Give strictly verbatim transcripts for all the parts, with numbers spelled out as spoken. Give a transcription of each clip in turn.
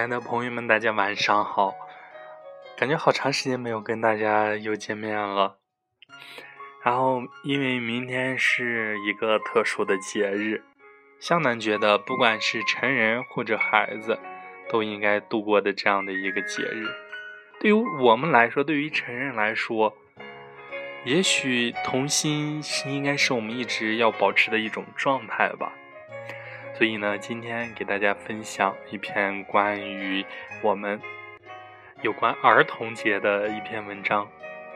亲爱的朋友们，大家晚上好，感觉好长时间没有跟大家又见面了。然后因为明天是一个特殊的节日，向南觉得不管是成人或者孩子都应该度过的这样的一个节日。对于我们来说，对于成人来说，也许童心是应该是我们一直要保持的一种状态吧。所以呢，今天给大家分享一篇关于我们有关儿童节的一篇文章。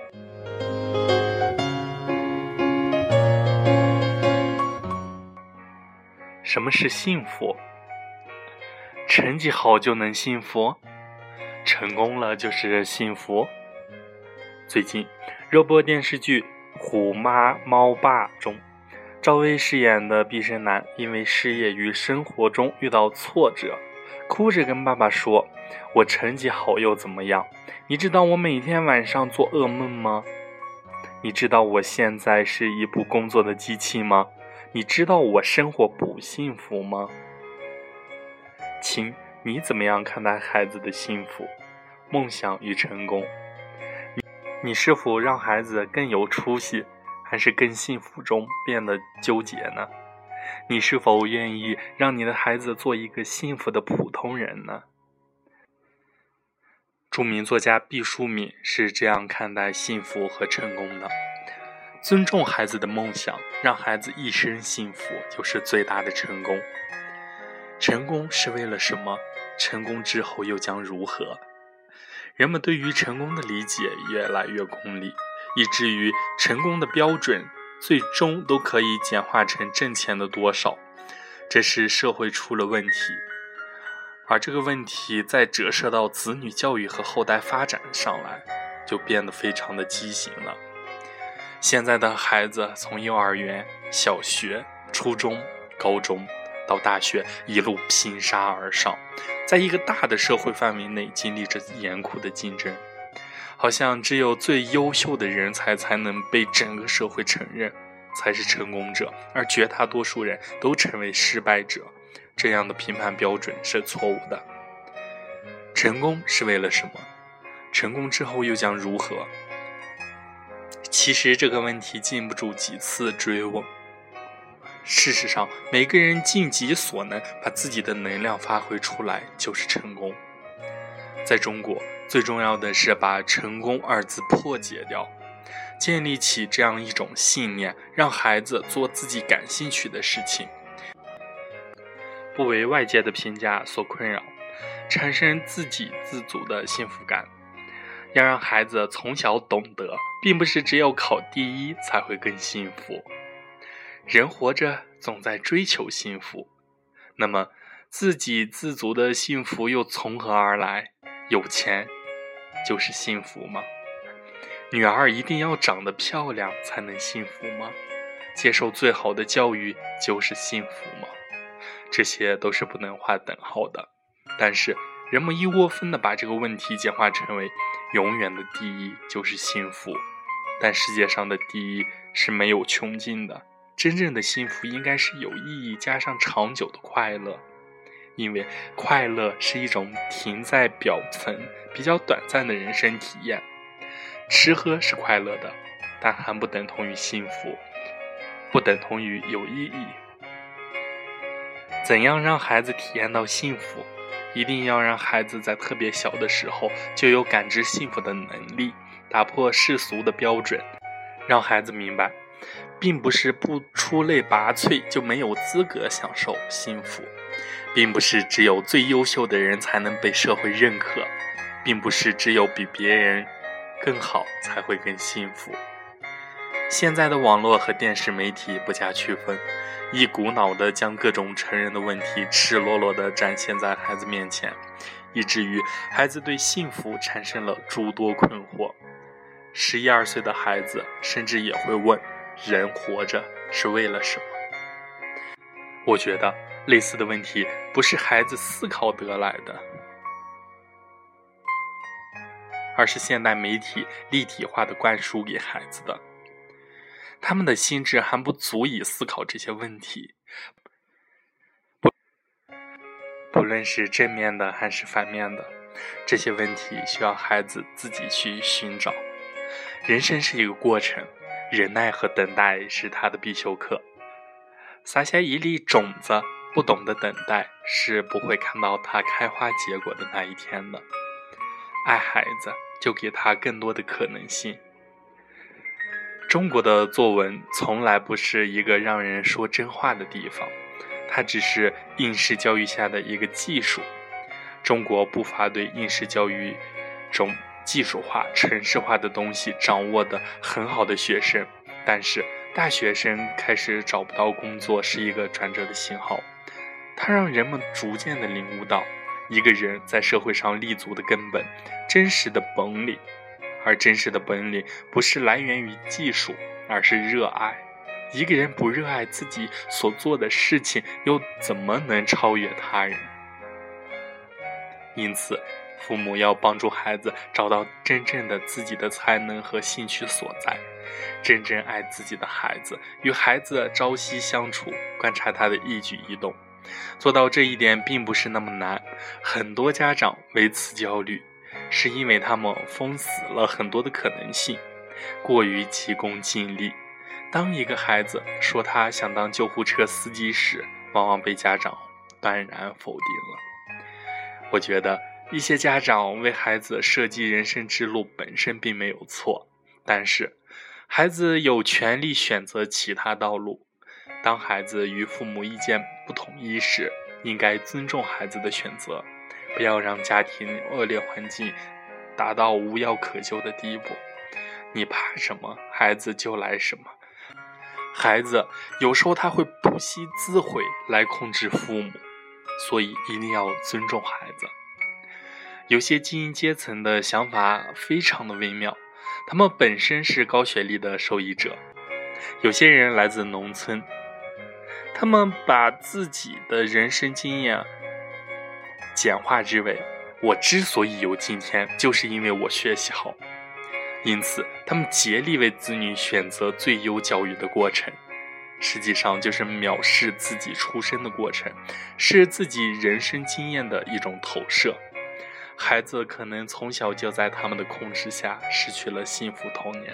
什么是幸福？成绩好就能幸福？成功了就是幸福？最近热播电视剧《虎妈猫爸》中，赵薇饰演的毕生男因为事业与生活中遇到挫折，哭着跟爸爸说，我成绩好又怎么样？你知道我每天晚上做噩梦吗？你知道我现在是一部工作的机器吗？你知道我生活不幸福吗？亲，你怎么样看待孩子的幸福、梦想与成功？你, 你是否让孩子更有出息，还是更幸福中变得纠结呢？你是否愿意让你的孩子做一个幸福的普通人呢？著名作家毕淑敏是这样看待幸福和成功的：尊重孩子的梦想，让孩子一生幸福，就是最大的成功。成功是为了什么？成功之后又将如何？人们对于成功的理解越来越功利，以至于成功的标准最终都可以简化成挣钱的多少。这是社会出了问题，而这个问题再折射到子女教育和后代发展上来，就变得非常的畸形了。现在的孩子从幼儿园、小学、初中、高中到大学，一路拼杀而上，在一个大的社会范围内经历着严酷的竞争，好像只有最优秀的人才才能被整个社会承认，才是成功者，而绝大多数人都成为失败者。这样的评判标准是错误的。成功是为了什么？成功之后又将如何？其实这个问题禁不住几次追问。事实上，每个人尽己所能，把自己的能量发挥出来，就是成功。在中国，最重要的是把成功二字破解掉，建立起这样一种信念，让孩子做自己感兴趣的事情，不为外界的评价所困扰，产生自给自足的幸福感。要让孩子从小懂得，并不是只有考第一才会更幸福。人活着总在追求幸福，那么自给自足的幸福又从何而来？有钱就是幸福吗？女儿一定要长得漂亮才能幸福吗？接受最好的教育就是幸福吗？这些都是不能划等号的。但是人们一窝蜂地把这个问题简化成为永远的第一就是幸福，但世界上的第一是没有穷尽的。真正的幸福应该是有意义加上长久的快乐，因为快乐是一种停在表层比较短暂的人生体验。吃喝是快乐的，但还不等同于幸福，不等同于有意义。怎样让孩子体验到幸福？一定要让孩子在特别小的时候就有感知幸福的能力，打破世俗的标准，让孩子明白，并不是不出类拔萃就没有资格享受幸福，并不是只有最优秀的人才能被社会认可，并不是只有比别人更好才会更幸福。现在的网络和电视媒体不加区分，一股脑地将各种成人的问题赤裸裸地展现在孩子面前，以至于孩子对幸福产生了诸多困惑。十一二岁的孩子甚至也会问，人活着是为了什么？我觉得类似的问题不是孩子思考得来的，而是现代媒体立体化的灌输给孩子的。他们的心智还不足以思考这些问题，不论是正面的还是反面的，这些问题需要孩子自己去寻找。人生是一个过程，忍耐和等待是他的必修课。撒下一粒种子，不懂得等待，是不会看到它开花结果的那一天的。爱孩子，就给他更多的可能性。中国的作文从来不是一个让人说真话的地方，它只是应试教育下的一个技术。中国不乏对应试教育中技术化、程式化的东西掌握的很好的学生，但是大学生开始找不到工作是一个转折的信号。它让人们逐渐地领悟到，一个人在社会上立足的根本，真实的本领。而真实的本领不是来源于技术，而是热爱。一个人不热爱自己所做的事情，又怎么能超越他人？因此，父母要帮助孩子找到真正的自己的才能和兴趣所在，真正爱自己的孩子，与孩子朝夕相处，观察他的一举一动。做到这一点并不是那么难，很多家长为此焦虑，是因为他们封死了很多的可能性，过于急功近利。当一个孩子说他想当救护车司机时，往往被家长断然否定了。我觉得一些家长为孩子设计人生之路本身并没有错，但是孩子有权利选择其他道路。当孩子与父母意见不统一时，应该尊重孩子的选择，不要让家庭恶劣环境达到无药可救的地步。你怕什么，孩子就来什么。孩子有时候他会不惜自毁来控制父母，所以一定要尊重孩子。有些精英阶层的想法非常的微妙，他们本身是高学历的受益者。有些人来自农村，他们把自己的人生经验简化之为，我之所以有今天，就是因为我学习好。因此他们竭力为子女选择最优教育的过程，实际上就是藐视自己出身的过程，是自己人生经验的一种投射。孩子可能从小就在他们的控制下失去了幸福童年。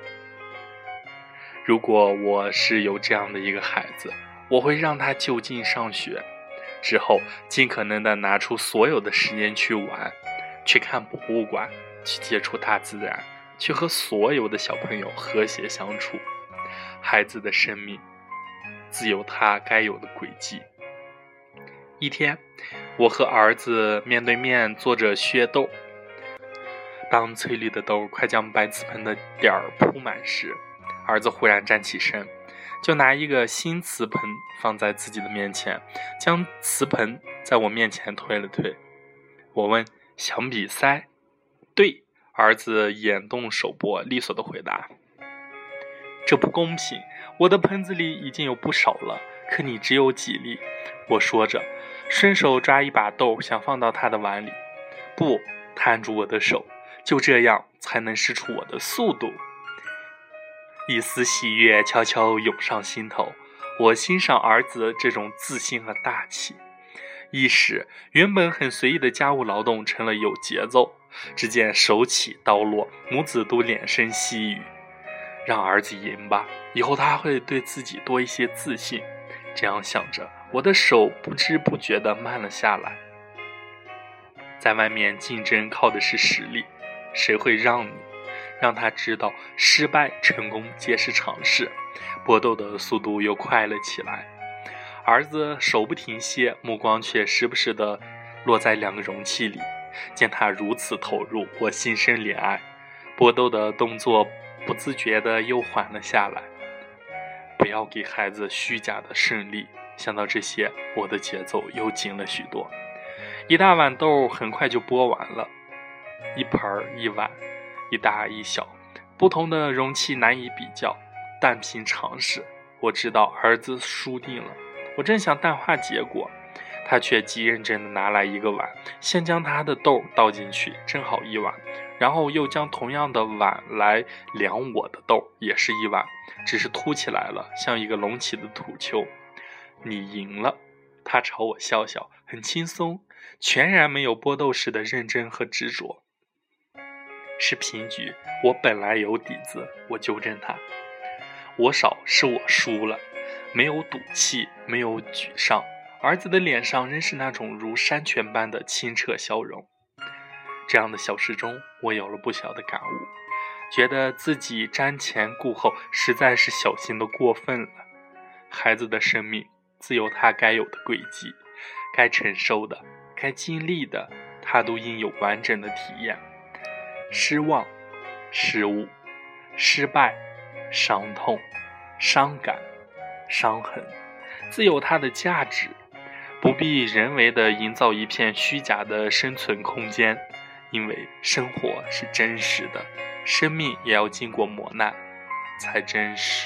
如果我是有这样的一个孩子，我会让他就近上学，之后尽可能的拿出所有的时间去玩，去看博物馆，去接触大自然，去和所有的小朋友和谐相处。孩子的生命自有他该有的轨迹。一天，我和儿子面对面坐着削豆，当翠绿的豆快将白瓷盆的点儿铺满时，儿子忽然站起身，就拿一个新瓷盆放在自己的面前，将瓷盆在我面前推了推。我问，想比赛？对，儿子眼动手拨，利索地回答。这不公平，我的盆子里已经有不少了，可你只有几粒。我说着，伸手抓一把豆，想放到他的碗里。不，他按住我的手，就这样才能使出我的速度。一丝喜悦悄悄涌上心头，我欣赏儿子这种自信和大气。一时，原本很随意的家务劳动成了有节奏，只见手起刀落，母子都脸生细语。让儿子赢吧，以后他会对自己多一些自信。这样想着，我的手不知不觉地慢了下来。在外面竞争靠的是实力，谁会让你？让他知道失败成功皆是常事。搏斗的速度又快了起来，儿子手不停歇，目光却时不时地落在两个容器里。见他如此投入，我心生怜爱，搏斗的动作不自觉地又缓了下来。不要给孩子虚假的胜利，想到这些，我的节奏又紧了许多。一大碗豆很快就剥完了，一盆一碗，一大一小，不同的容器难以比较，但凭常识，我知道儿子输定了。我正想淡化结果，他却极认真地拿来一个碗，先将他的豆倒进去，正好一碗，然后又将同样的碗来量我的豆，也是一碗，只是凸起来了，像一个隆起的土丘。你赢了，他朝我笑笑，很轻松， 全然没有搏斗时的认真和执着。是平局，我本来有底子，我纠正他。我少是我输了，没有赌气，没有沮丧，儿子的脸上仍是那种如山泉般的清澈笑容。这样的小事中，我有了不小的感悟，觉得自己瞻前顾后，实在是小心的过分了。孩子的生命自有他该有的轨迹，该承受的，该经历的，他都应有完整的体验。失望、失误、失败、伤痛、伤感、伤痕，自有它的价值，不必人为地营造一片虚假的生存空间，因为生活是真实的，生命也要经过磨难才真实。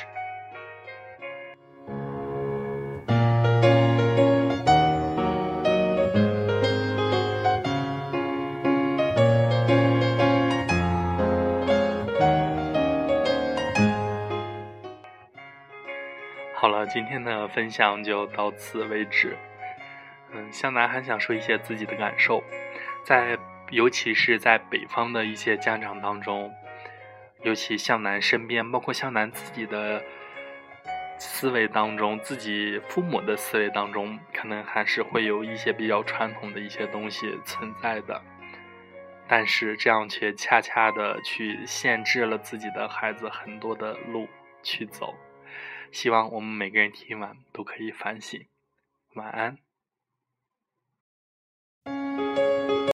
好了，今天的分享就到此为止。嗯，向南还想说一些自己的感受，在尤其是在北方的一些家长当中，尤其向南身边，包括向南自己的思维当中，自己父母的思维当中，可能还是会有一些比较传统的一些东西存在的，但是这样却恰恰的去限制了自己的孩子很多的路去走。希望我们每个人听完都可以反省。晚安。